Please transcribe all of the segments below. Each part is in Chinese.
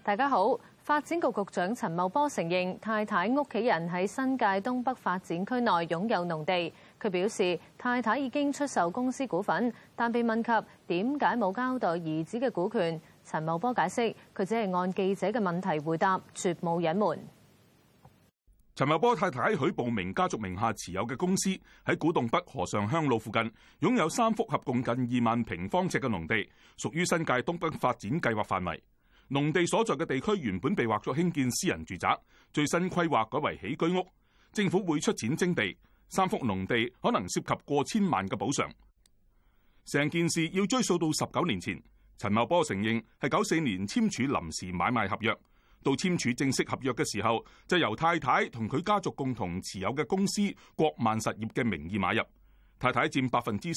大家好，發展局局長陳茂波承認太太屋企人喺新界東北發展區內擁有農地。佢表示太太已經出售公司股份，但被問及點解冇交代兒子嘅股權，陳茂波解釋佢只係按記者嘅問題回答，絕冇隱瞞。 陳茂波太太許步明家族名下持有嘅公司喺古洞北河上鄉路附近擁有3幅合共近2萬平方尺嘅農地，屬於新界東北發展計劃範圍。農地所在嘅地區原本被劃作興建私人住宅，最新規劃改為起居屋。政府會出錢徵地，3幅農地可能涉及過千萬嘅補償。成件事要追溯到19年前，陳茂波承認係94年簽署臨時買賣合約。到簽署正式合約嘅時候，就由太太同佢家族共同持有嘅公司國萬實業嘅名義買入，太太佔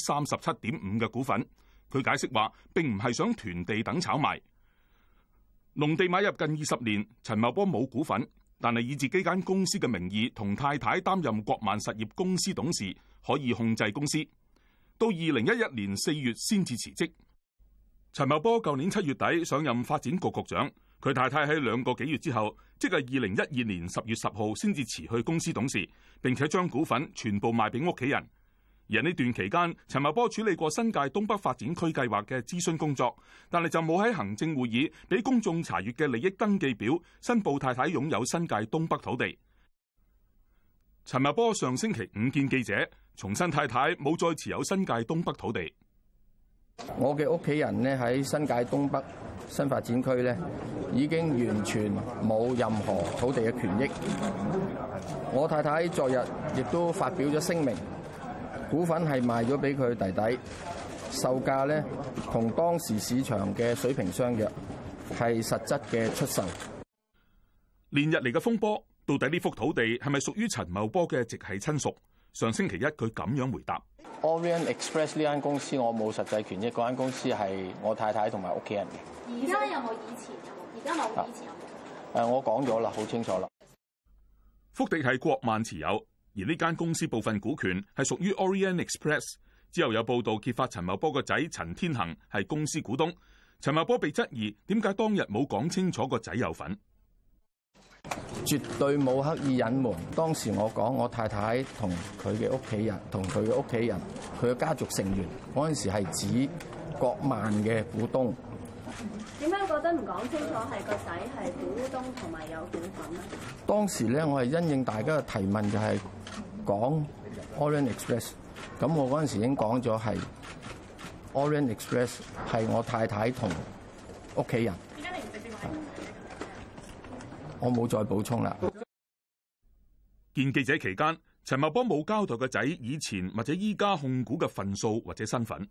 37.5%嘅股份。佢解釋話並唔係想囤地等炒賣。農地買入近20年，陳茂波冇股份，但係以自己間公司嘅名義同太太擔任國萬實業公司董事，可以控制公司。到2011年4月先至辭職。陳茂波舊年7月底上任發展局局長。佢太太喺2個幾月之後，即係2012年10月10號先至辭去公司董事，並且將股份全部賣俾屋企人。而呢段期間，陳茂波處理過新界東北發展區計劃嘅諮詢工作，但係就冇喺行政會議俾公眾查閱嘅利益登記表申報太太擁有新界東北土地。陳茂波上星期5見記者，重申太太冇再持有新界東北土地。 我嘅屋企人呢，喺新界東北新發展區呢，已經完全冇任何土地嘅權益。我太太昨日亦都發表咗聲明，股份係賣咗俾佢弟弟，售價呢同當時市場嘅水平相若，係實質嘅出售。 連日嚟嘅風波，到底呢幅土地係咪屬於陳茂波嘅直系親屬？上星期一佢咁樣回答。 Orient Express 呢間公司我冇實際權益，嗰間公司係我太太同埋屋企人嘅。 而家有冇以前？而家冇以前有冇？ 我講咗啦，好清楚啦。 幅地係國萬持有，而呢間公司部分股權係屬於 Orient Express。之後有報道揭發陳茂波個仔陳天恒係公司股東。陳茂波被質疑點解當日冇講清楚個仔有份。 絕對冇刻意隱瞞。當時我講我太太同佢嘅屋企人，同佢嘅屋企人，佢嘅家族成員嗰陣時係指國萬嘅股東。 點解覺得唔講清楚係個仔係股東同埋有股份咧？ 當時咧，我係因應大家嘅提問，就係講 Orient Express。咁我嗰陣時已經講咗係 Orient Express 係我太太同屋企人。我冇再補充啦。 見記者期間，陳茂波冇交代個仔以前或者依家控股嘅份數或者身份。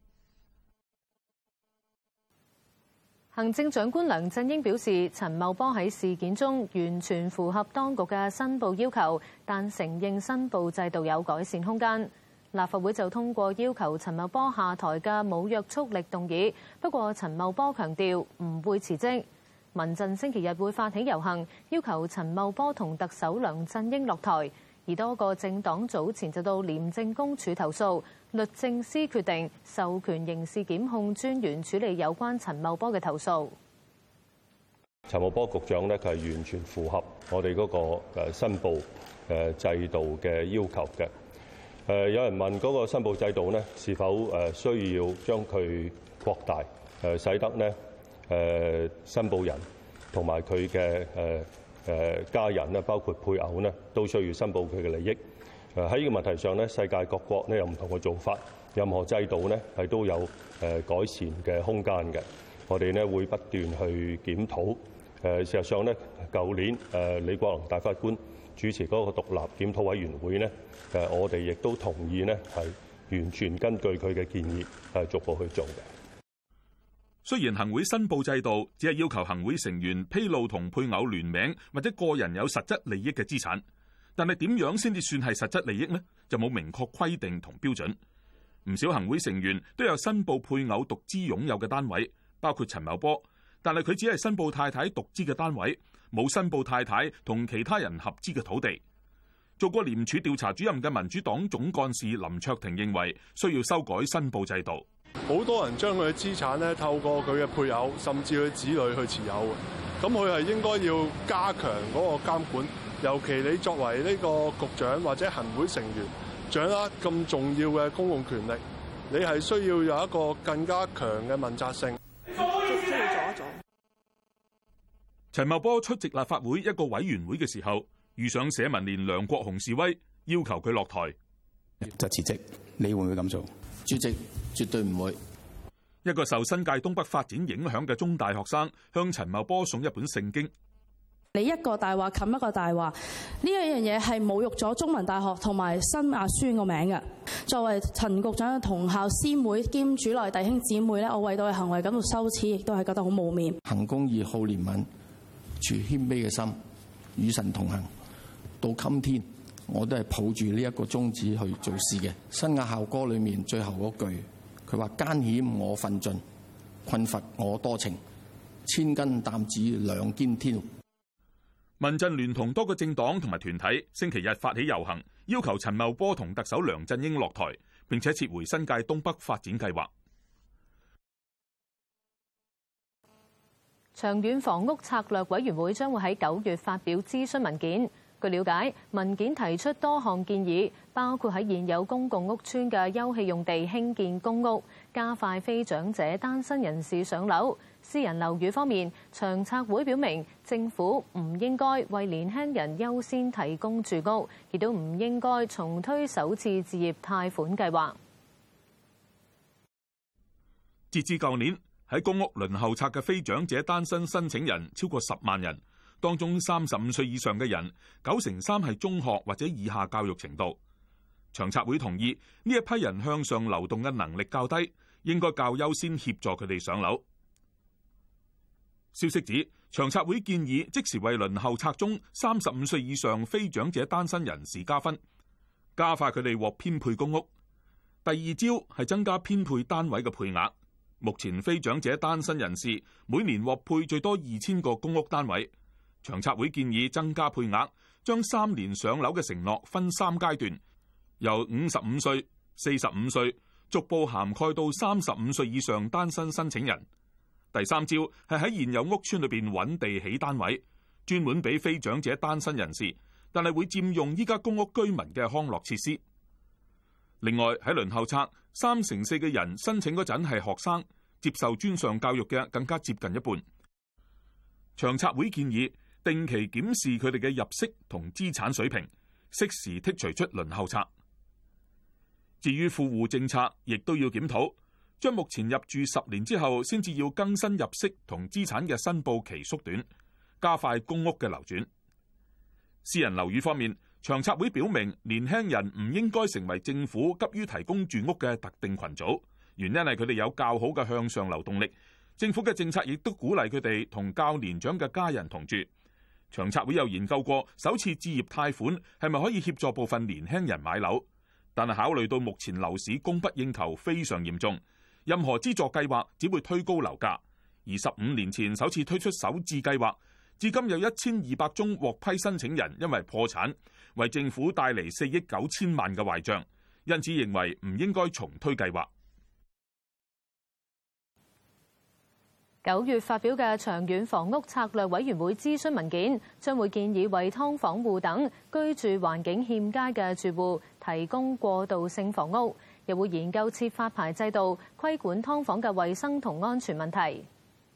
行政長官梁振英表示，陳茂波喺事件中完全符合當局嘅申報要求，但承認申報制度有改善空間。立法會就通過要求陳茂波下台嘅冇約束力動議，不過陳茂波強調唔會辭職。民陣星期日會發起遊行，要求陳茂波同特首梁振英落台。而多個政黨早前就到廉政公署投訴，律政司決定授權刑事檢控專員處理有關陳茂波嘅投訴。 陳茂波局長呢，佢係完全符合我哋嗰個申報制度嘅要求嘅。有人問嗰個申報制度呢，是否需要將佢擴大，使得呢申報人同埋佢嘅家人咧，包括配偶咧，都需要申報佢嘅利益。喺呢個問題上咧，世界各國咧有唔同嘅做法，任何制度咧係都有改善嘅空間嘅。我哋咧會不斷去檢討。事實上咧，舊年李國能大法官主持嗰個獨立檢討委員會咧，我哋亦都同意咧係完全根據佢嘅建議係逐步去做嘅。 雖然行會申報制度只係要求行會成員披露同配偶聯名或者個人有實質利益嘅資產，但係點樣先至算係實質利益呢？就冇明確規定同標準。唔少行會成員都有申報配偶獨資擁有嘅單位，包括陳茂波，但係佢只係申報太太獨資嘅單位，冇申報太太同其他人合資嘅土地。做過廉署調查主任嘅民主黨總幹事林卓廷認為，需要修改申報制度。 好多人將佢嘅資產咧透過佢嘅配偶甚至佢子女去持有， 咁佢係應該要加強嗰個監管，尤其你作為呢個局長或者行會成員，掌握咁重要嘅公共權力，你係需要有一個更加強嘅問責性。 陳茂波出席立法會一個委員會嘅時候，遇上社民連梁國雄示威，要求佢落台就辭職。你會唔會咁做？ 主席絕對唔會。 一個受新界東北發展影響嘅中大學生向陳茂波送一本聖經。 你一個大話冚一個大話，呢一樣嘢係侮辱咗中文大學同埋新亞書院個名嘅。作為陳局長嘅同校師妹兼主內弟兄姊妹咧，我為到佢行為感到羞恥，亦都係覺得好冇面。 行公義、好憐憫、存謙卑嘅心，與神同行。到今天，我都係抱住呢一個宗旨去做事嘅。新亞校歌裏面最後嗰句，佢話艱險我奮進，困乏我多情，千斤擔子兩肩挑。 民陣聯同多個政黨同埋團體星期日發起遊行，要求陳茂波同特首梁振英落台，並且撤回新界東北發展計劃。 長遠房屋策略委員會將會喺9月發表諮詢文件。據了解，文件提出多項建議，包括喺現有公共屋邨嘅休憩用地興建公屋，加快非長者單身人士上樓。私人樓宇方面，長策會表明政府唔應該為年輕人優先提供住屋，亦都唔應該重推首次置業貸款計劃。 截至舊年，喺公屋輪候冊嘅非長者單身申請人超過10萬人，當中35歲以上嘅人93%係中學或者以下教育程度。長策會同意呢一批人向上流動嘅能力較低，應該較優先協助佢哋上樓。消息指，長策會建議即時為輪候冊中35歲以上非長者單身人士加分，加快佢哋獲編配公屋。第二招係增加編配單位嘅配額。目前非長者單身人士每年獲配最多2000個公屋單位。長策會建議增加配額，將3年上樓嘅承諾分3階段，由55歲、45歲逐步涵蓋到35歲以上單身申請人。第三招係喺現有屋邨裏邊揾地起單位，專門俾非長者單身人士，但係會佔用依家公屋居民嘅康樂設施。另外喺輪候冊，3成4嘅人申請嗰陣係學生，接受專上教育嘅更加接近一半。長策會建議定期檢視佢哋嘅入息同資產水平，適時剔除出輪候冊。至於富戶政策，亦都要檢討。將目前入住10年之後先至要更新入息同資產嘅申報期縮短，加快公屋嘅流轉。私人樓宇方面，長策會表明年輕人唔應該成為政府急於提供住屋嘅特定群組，原因係佢哋有較好嘅向上流動力。政府嘅政策亦都鼓勵佢哋同較年長嘅家人同住。長策會又研究過首次置業貸款係咪可以協助部分年輕人買樓，但係考慮到目前樓市供不應求非常嚴重，任何資助計劃只會推高樓價。而15年前首次推出首置計劃，至今有1200宗獲批申請人因為破產，為政府帶嚟4億9千萬嘅壞賬，因此認為唔應該重推計劃。 9月發表嘅長遠房屋策略委員會諮詢文件，將會建議為劏房戶等居住環境欠佳嘅住戶提供過渡性房屋，又會研究設發牌制度，規管劏房嘅衛生同安全問題。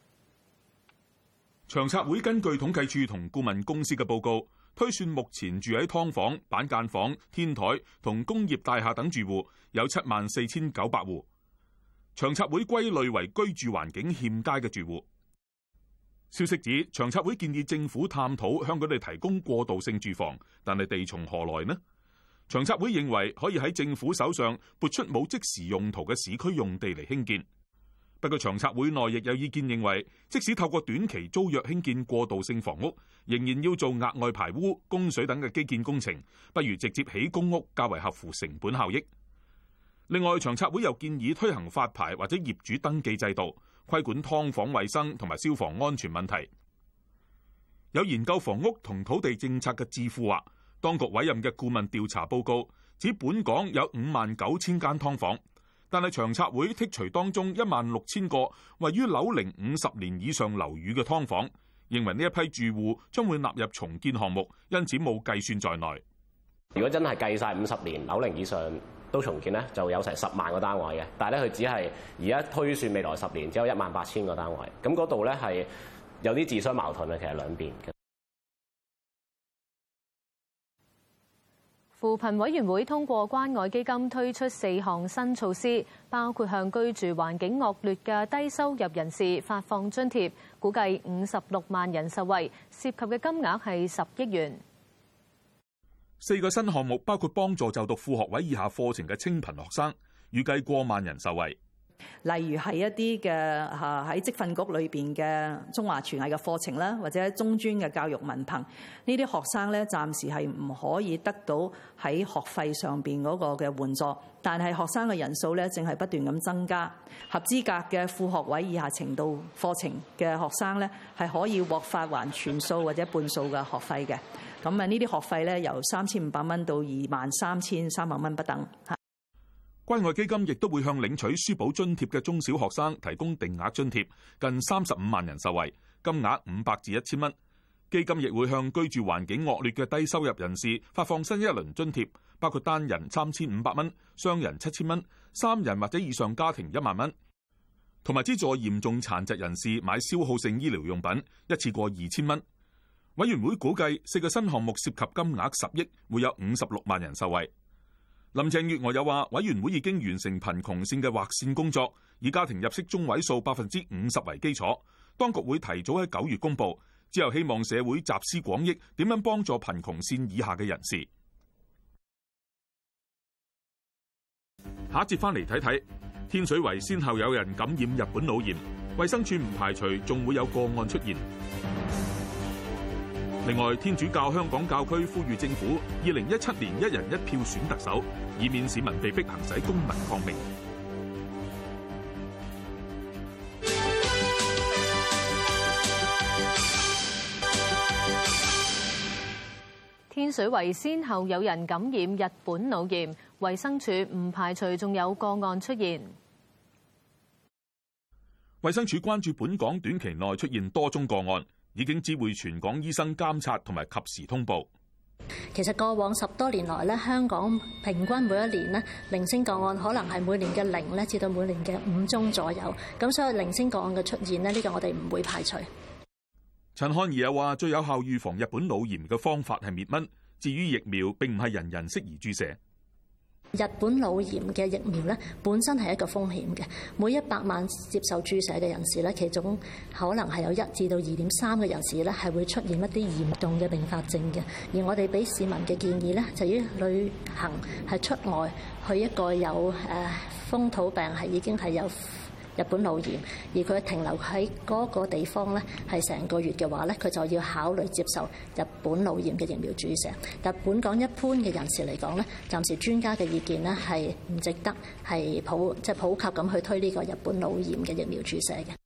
長策會根據統計處同顧問公司嘅報告，推算目前住喺劏房、板間房、天台同工業大廈等住戶有74900戶。長策會歸類為居住環境欠佳嘅住戶。消息指，長策會建議政府探討向佢哋提供過渡性住房，但係地從何來呢？長策會認為可以喺政府手上撥出冇即時用途嘅市區用地嚟興建。不過長策會內亦有意見認為，即使透過短期租約興建過渡性房屋，仍然要做額外排污、供水等嘅基建工程，不如直接起公屋較為合乎成本效益。另外，長策會又建議推行發牌或者業主登記制度，規管劏房衛生同埋消防安全問題。有研究房屋同土地政策嘅智庫話，當局委任嘅顧問調查報告指本港有59000間劏房，但係長策會剔除當中16000個位於樓齡50年以上樓宇嘅劏房， 認為呢一批住戶將會納入重建項目，因此冇計算在內。 如果真係計晒50年樓齡以上都重建咧，就有成10萬個單位嘅。但係咧，佢只係而家推算未來10年只有18000個單位。咁嗰度咧係有啲自相矛盾嘅，其實兩邊嘅。 扶貧委員會通過關愛基金推出4項新措施，包括向居住環境惡劣嘅低收入人士發放津貼，估計56萬人受惠，涉及嘅金額係10億元。 4個新項目包括幫助就讀副學位以下課程嘅清貧學生，預計過萬人受惠。 例如係一啲嘅喺職訓局裏邊嘅中華廚藝嘅課程啦，或者中專嘅教育文憑，呢啲學生咧暫時係唔可以得到喺學費上邊嗰個嘅援助，但係學生嘅人數咧正係不斷咁增加。合資格嘅副學位以下程度課程嘅學生咧係可以獲發還全數或者半數嘅學費嘅。咁啊，呢啲學費咧由3500蚊到23300蚊不等。 關愛基金亦都會向領取書簿津貼嘅中小學生提供定額津貼，近35萬人受惠，金額500至1000蚊。基金亦會向居住環境惡劣嘅低收入人士發放新一輪津貼，包括單人3500蚊、雙人7000蚊、3人或者以上家庭1萬蚊，同埋資助嚴重殘疾人士買消耗性醫療用品，一次過2000蚊。委員會估計4個新項目涉及金額10億，會有56萬人受惠。林鄭月娥又話，委員會已經完成貧窮線嘅劃線工作，以家庭入息中位數50%為基礎，當局會提早喺9月公佈，之後希望社會集思廣益，點樣幫助貧窮線以下嘅人士。下一節翻嚟睇睇，天水圍先後有人感染日本腦炎，衛生署唔排除仲會有個案出現。另外，天主教香港教區呼籲政府2017年1人1票選特首，以免市民被迫行使公民抗命。 天水圍先後有人感染日本腦炎，衛生署唔排除仲有個案出現。 衛生署關注本港短期內出現多宗個案，已經知會全港醫生監察同埋及時通報。 其實過往10多年來咧，香港平均每一年咧零星個案可能係每年嘅0咧至到每年嘅5宗左右。咁所以零星個案嘅出現咧，呢個我哋唔會排除。 陳漢儀又話，最有效預防日本腦炎嘅方法係滅蚊，至於疫苗並唔係人人適宜注射。 日本腦炎嘅疫苗咧，本身係一個風險嘅。每100萬接受注射嘅人士咧，其中可能係有1至到2.3嘅人士咧，係會出現一啲嚴重嘅併發症嘅。而我哋俾市民嘅建議咧，就於旅行係出外去一個有風土病係已經係有日本腦炎，而佢停留喺嗰個地方咧係成個月嘅話咧，佢就要考慮接受日本腦炎嘅疫苗注射。但本港一般嘅人士嚟講咧，暫時專家嘅意見咧係唔值得係普及咁去推呢個日本腦炎嘅疫苗注射嘅。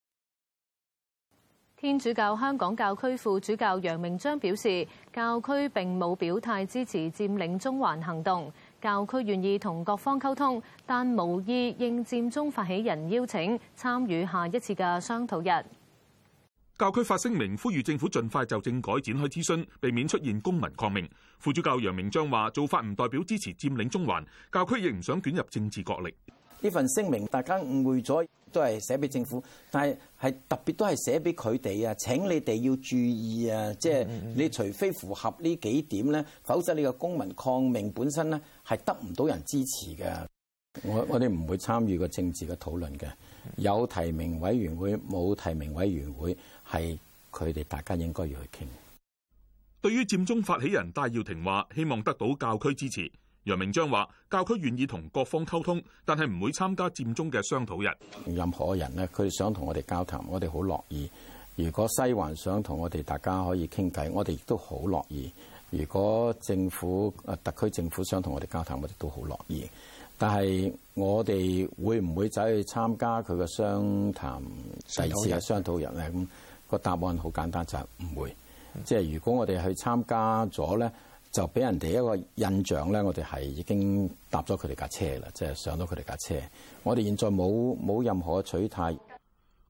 天主教香港教區副主教楊明章表示，教區並冇表態支持佔領中環行動。教區願意同各方溝通，但無意應佔中發起人邀請參與下一次嘅商討日。 教區發聲明呼籲政府盡快就政改展開諮詢，避免出現公民抗命。副主教楊明章話：做法唔代表支持佔領中環，教區亦唔想捲入政治角力。 呢份聲明大家誤會咗，都係寫俾政府，但係特別都係寫俾佢哋啊！請你哋要注意啊！即係你除非符合呢幾點咧，否則你個公民抗命本身咧係得唔到人支持嘅。我哋唔會參與個政治嘅討論嘅。有提名委員會，冇提名委員會，係佢哋大家應該要去傾。 對於佔中發起人戴耀廷話，希望得到教區支持。楊明章話：教區願意同各方溝通，但係唔會參加佔中嘅商討日。 任何人咧，佢想同我哋交談，我哋好樂意。如果西環想同我哋大家可以傾偈，我哋亦都好樂意。如果政府特區政府想同我哋交談，我哋都好樂意。但係我哋會唔會走去參加佢嘅商談第二次嘅商討日咧？咁個答案好簡單，就係唔會。即係如果我哋去參加咗咧，就俾人哋一個印象咧，我哋係已經搭咗佢哋架車啦，即係上到佢哋架車。我哋現在冇任何取態。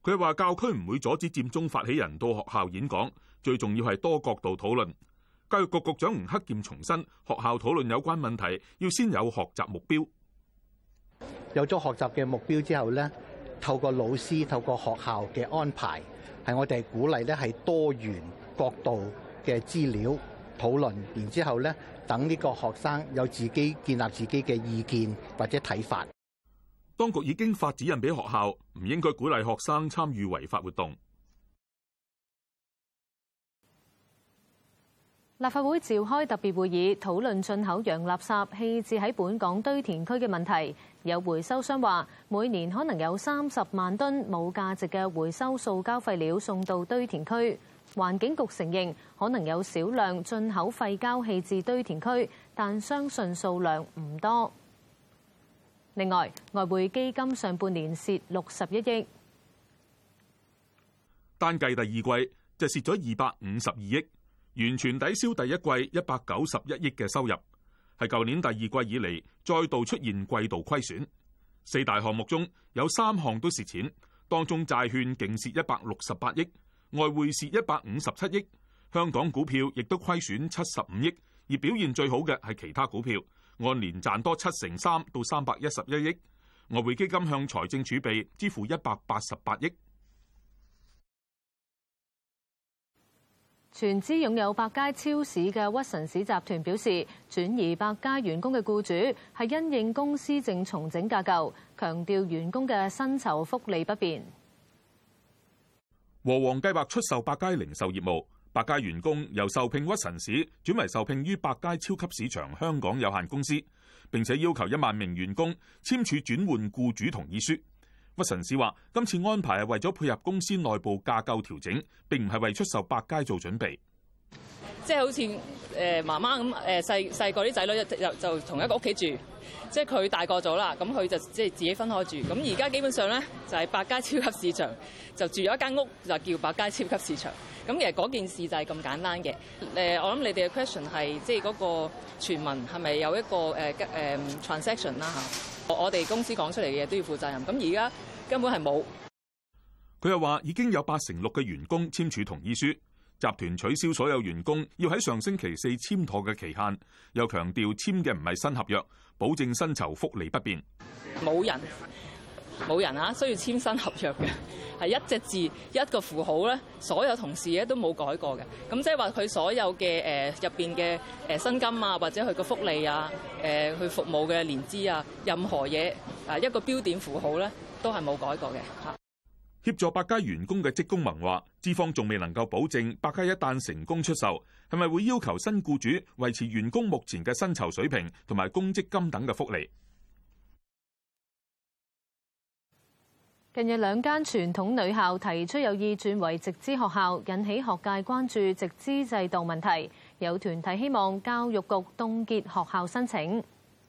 佢話教區唔會阻止佔中發起人到學校演講，最重要係多角度討論。教育局局長吳克儉重申，學校討論有關問題要先有學習目標。 有咗學習嘅目標之後咧，透過老師、透過學校嘅安排，係我哋鼓勵咧係多元角度嘅資料討論，然之後咧等呢個學生有自己建立自己嘅意見或者睇法。 當局已經發指引俾學校，唔應該鼓勵學生參與違法活動。 立法會召開特別會議，討論進口洋垃圾棄置喺本港堆填區嘅問題。有回收商話，每年可能有30萬噸冇價值嘅回收塑膠廢料送到堆填區。環境局承認可能有少量進口廢膠棄置堆填區，但相信數量唔多。另外，外匯基金上半年蝕61億， 單計第二季就蝕咗252億，完全抵消第一季191億嘅收入，係舊年第二季以嚟再度出現季度虧損。4大項目中有3項都蝕錢，當中債券勁蝕168億，外匯蝕157億，香港股票亦都虧損75億，而表現最好嘅係其他股票，按年賺多3%到311億。外匯基金向財政儲備支付188億。 全資擁有百佳超市嘅屈臣氏集團表示，轉移百佳員工嘅僱主係因應公司正重整架構，強調員工嘅薪酬福利不變。 和黃計劃出售百佳零售業務，百佳員工由受聘屈臣氏轉為受聘於百佳超級市場香港有限公司，並且要求1萬名員工簽署轉換僱主同意書。屈臣氏話：今次安排係為咗配合公司內部架構調整，並唔係為出售百佳做準備。 即係好似媽媽咁細個啲仔女就同一個屋企住，即係佢大個咗啦，咁佢就即係自己分開住。咁而家基本上咧就係百佳超級市場就住咗一間屋，就叫百佳超級市場。咁其實嗰件事就係咁簡單嘅。我諗你哋嘅 question 係即係嗰個傳聞係咪有一個transaction 啦嚇？我哋公司講出嚟嘅嘢都要負責任。咁而家根本係冇。 佢又話已經有86%嘅員工簽署同意書，集團取消所有員工要喺上星期4簽妥嘅期限，又強調簽嘅唔係新合約，保證薪酬福利不變。 冇人啊，需要簽新合約嘅，係一隻字一個符號咧，所有同事咧都冇改過嘅。咁即係話佢所有嘅入邊嘅薪金啊，或者佢個福利啊，佢服務嘅年資啊，任何嘢一個標點符號咧都係冇改過嘅。 協助百佳員工嘅職工盟話，資方仲未能夠保證百佳一旦成功出售，係咪會要求新僱主維持員工目前嘅薪酬水平同埋公積金等嘅福利。 近日2間傳統女校提出有意轉為直資學校，引起學界關注直資制度問題。有團體希望教育局凍結學校申請。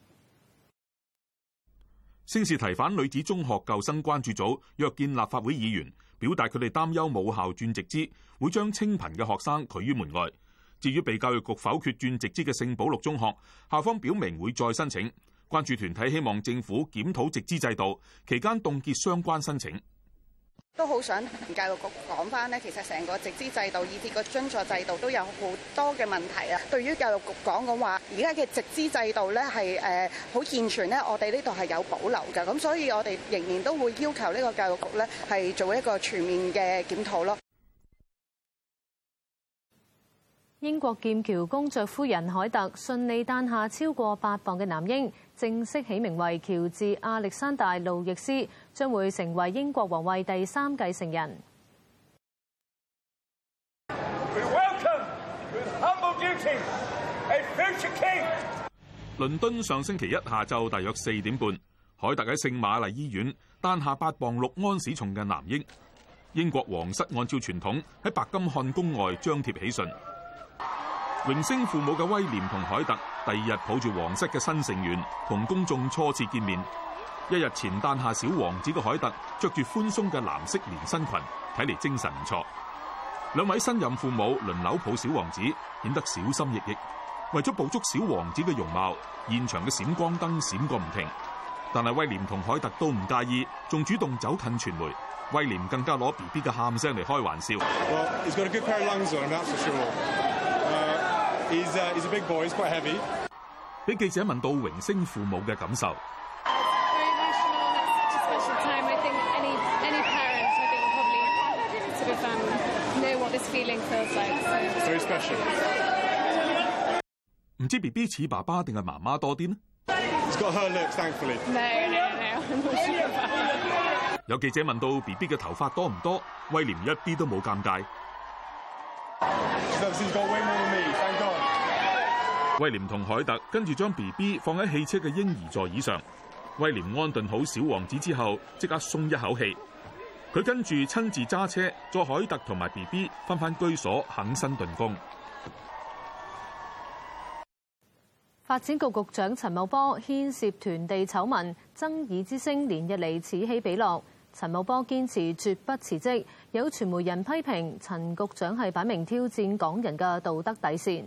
聖士提反女子中學舊生關注組約見立法會議員，表達佢哋擔憂母校轉直資會將清貧嘅學生拒於門外。至於被教育局否決轉直資嘅聖保祿中學，校方表明會再申請。關注團體希望政府檢討直資制度，期間凍結相關申請。 都好想同教育局講翻呢，其實成個直資制度以至個津助制度都有好多嘅問題啊。對於教育局講嘅話，而家嘅直資制度咧係好健全咧，我哋呢度係有保留嘅。咁所以我哋仍然都會要求呢個教育局咧係做一個全面嘅檢討咯。 英國劍橋公爵夫人凱特順利誕下超過8磅嘅男嬰，正式起名為喬治亞歷山大路易斯，將會成為英國皇位第3繼承人。 倫敦上星期一下晝大約4點半，凱特喺聖瑪麗醫院誕下8磅6安士重嘅男嬰。英國皇室按照傳統喺白金漢宮外張貼喜訊。榮升父母嘅威廉同凱特第2日抱住皇室嘅新成員同公眾初次見面。1日前誕下小王子嘅凱特着住寬鬆嘅藍色連身裙，睇嚟精神唔錯。2位新任父母輪流抱小王子，顯得小心翼翼。為咗捕捉小王子嘅容貌，現場嘅閃光燈閃個唔停。但係威廉同凱特都唔介意，仲主動走近傳媒。 威廉更加攞 BB 嘅喊聲嚟開玩笑。俾記者問到榮升父母嘅感受。唔知 BB 似爸爸定係媽媽多啲呢？有記者問到 BB 嘅頭髮多唔多，威廉一啲都冇尷尬。威廉同凱特跟住將 BB 放喺汽車嘅嬰兒座椅上。威廉安頓好小王子之後，即刻鬆一口氣。佢跟住親自揸車，載凱特同埋 BB 返居所肯辛頓宮。 發展局局長陳茂波牽涉團地醜聞，爭議之聲連日嚟此起彼落。陳茂波堅持絕不辭職，有傳媒人批評陳局長係擺明挑戰港人嘅道德底線。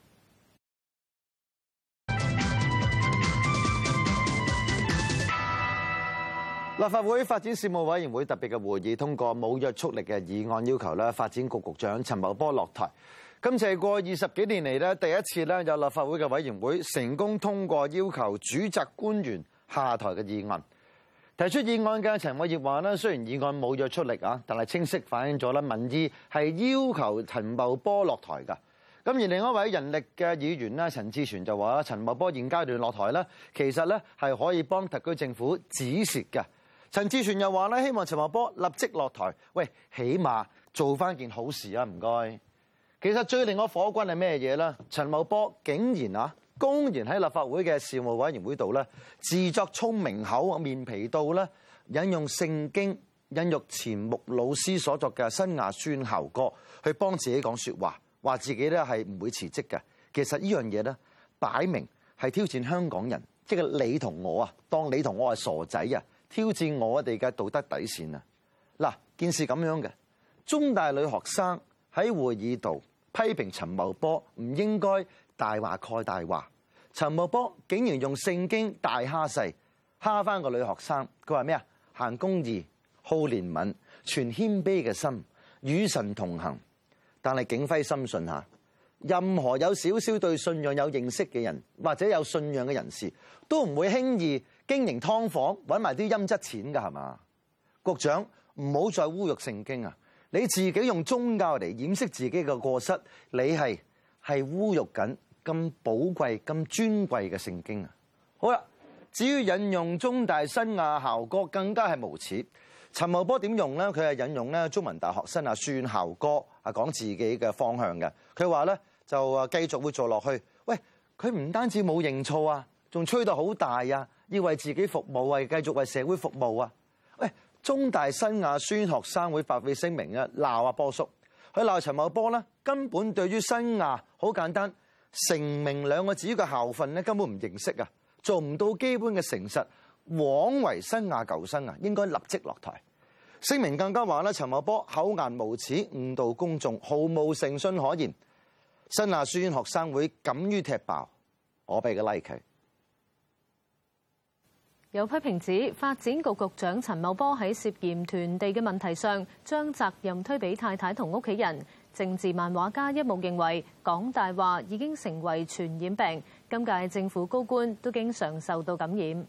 立法會發展事務委員會特別嘅會議通過冇約束力嘅議案，要求咧發展局局長陳茂波落台。今次係過20幾年嚟咧第一次咧有立法會嘅委員會成功通過要求主責官員下台嘅議案。提出議案嘅陳偉業話咧，雖然議案冇約束力啊，但係清晰反映咗咧民意係要求陳茂波落台㗎。咁而另一位人力嘅議員咧，陳志全就話陳茂波現階段落台咧，其實咧係可以幫特區政府止蝕嘅。陳志全又話咧，希望陳茂波立即落台，喂，起碼做翻件好事啊！唔該。其實最令我火滾係咩嘢咧？陳茂波竟然公然喺立法會嘅事務委員會度咧，自作聰明口面皮到咧，引用聖經，引用錢穆老師所作嘅新亞宣校歌去幫自己講説話，話自己咧係唔會辭職嘅。其實呢樣嘢咧，擺明係挑戰香港人，即係你同我啊，當你同我係傻仔啊！挑戰我哋嘅道德底線啊！嗱，件事咁樣嘅，中大女學生喺會議度批評陳茂波唔應該大話蓋大話，陳茂波竟然用聖經大蝦細，蝦翻個女學生。佢話咩啊？行公義、好憐憫、存謙卑嘅心，與神同行。但係景輝深信下，任何有少少對信仰有認識嘅人，或者有信仰嘅人士，都唔會輕易經營劏房揾埋啲陰質錢㗎，係嘛？局長唔好再侮辱聖經啊！你自己用宗教嚟掩飾自己嘅過失，你係侮辱緊咁寶貴、咁尊貴嘅聖經啊！好啦，至於引用中大新亞校歌，更加係無恥。陳茂波點用咧？佢係引用咧中文大學新亞宣校歌啊，講自己嘅方向嘅。佢話咧就繼續會做落去。喂，佢唔單止冇認錯啊，仲吹到好大啊！要為自己服務啊，繼續為社會服務啊！喂，中大新亞宣學生會發表聲明啊，鬧阿波叔，佢鬧陳茂波咧，根本對於新亞好簡單，成名兩個字嘅校訓咧根本唔認識啊，做唔到基本嘅誠實，枉為新亞舊生啊，應該立即落台。聲明更加話咧，陳茂波厚顏無恥，誤導公眾，毫無誠信可言。新亞宣學生會敢於踢爆，我俾個 like 佢。 有批評指發展局局長陳茂波喺涉嫌囤地嘅問題上，將責任推俾太太同屋企人。政治漫畫家一木認為，講大話已經成為傳染病，今屆政府高官都經常受到感染。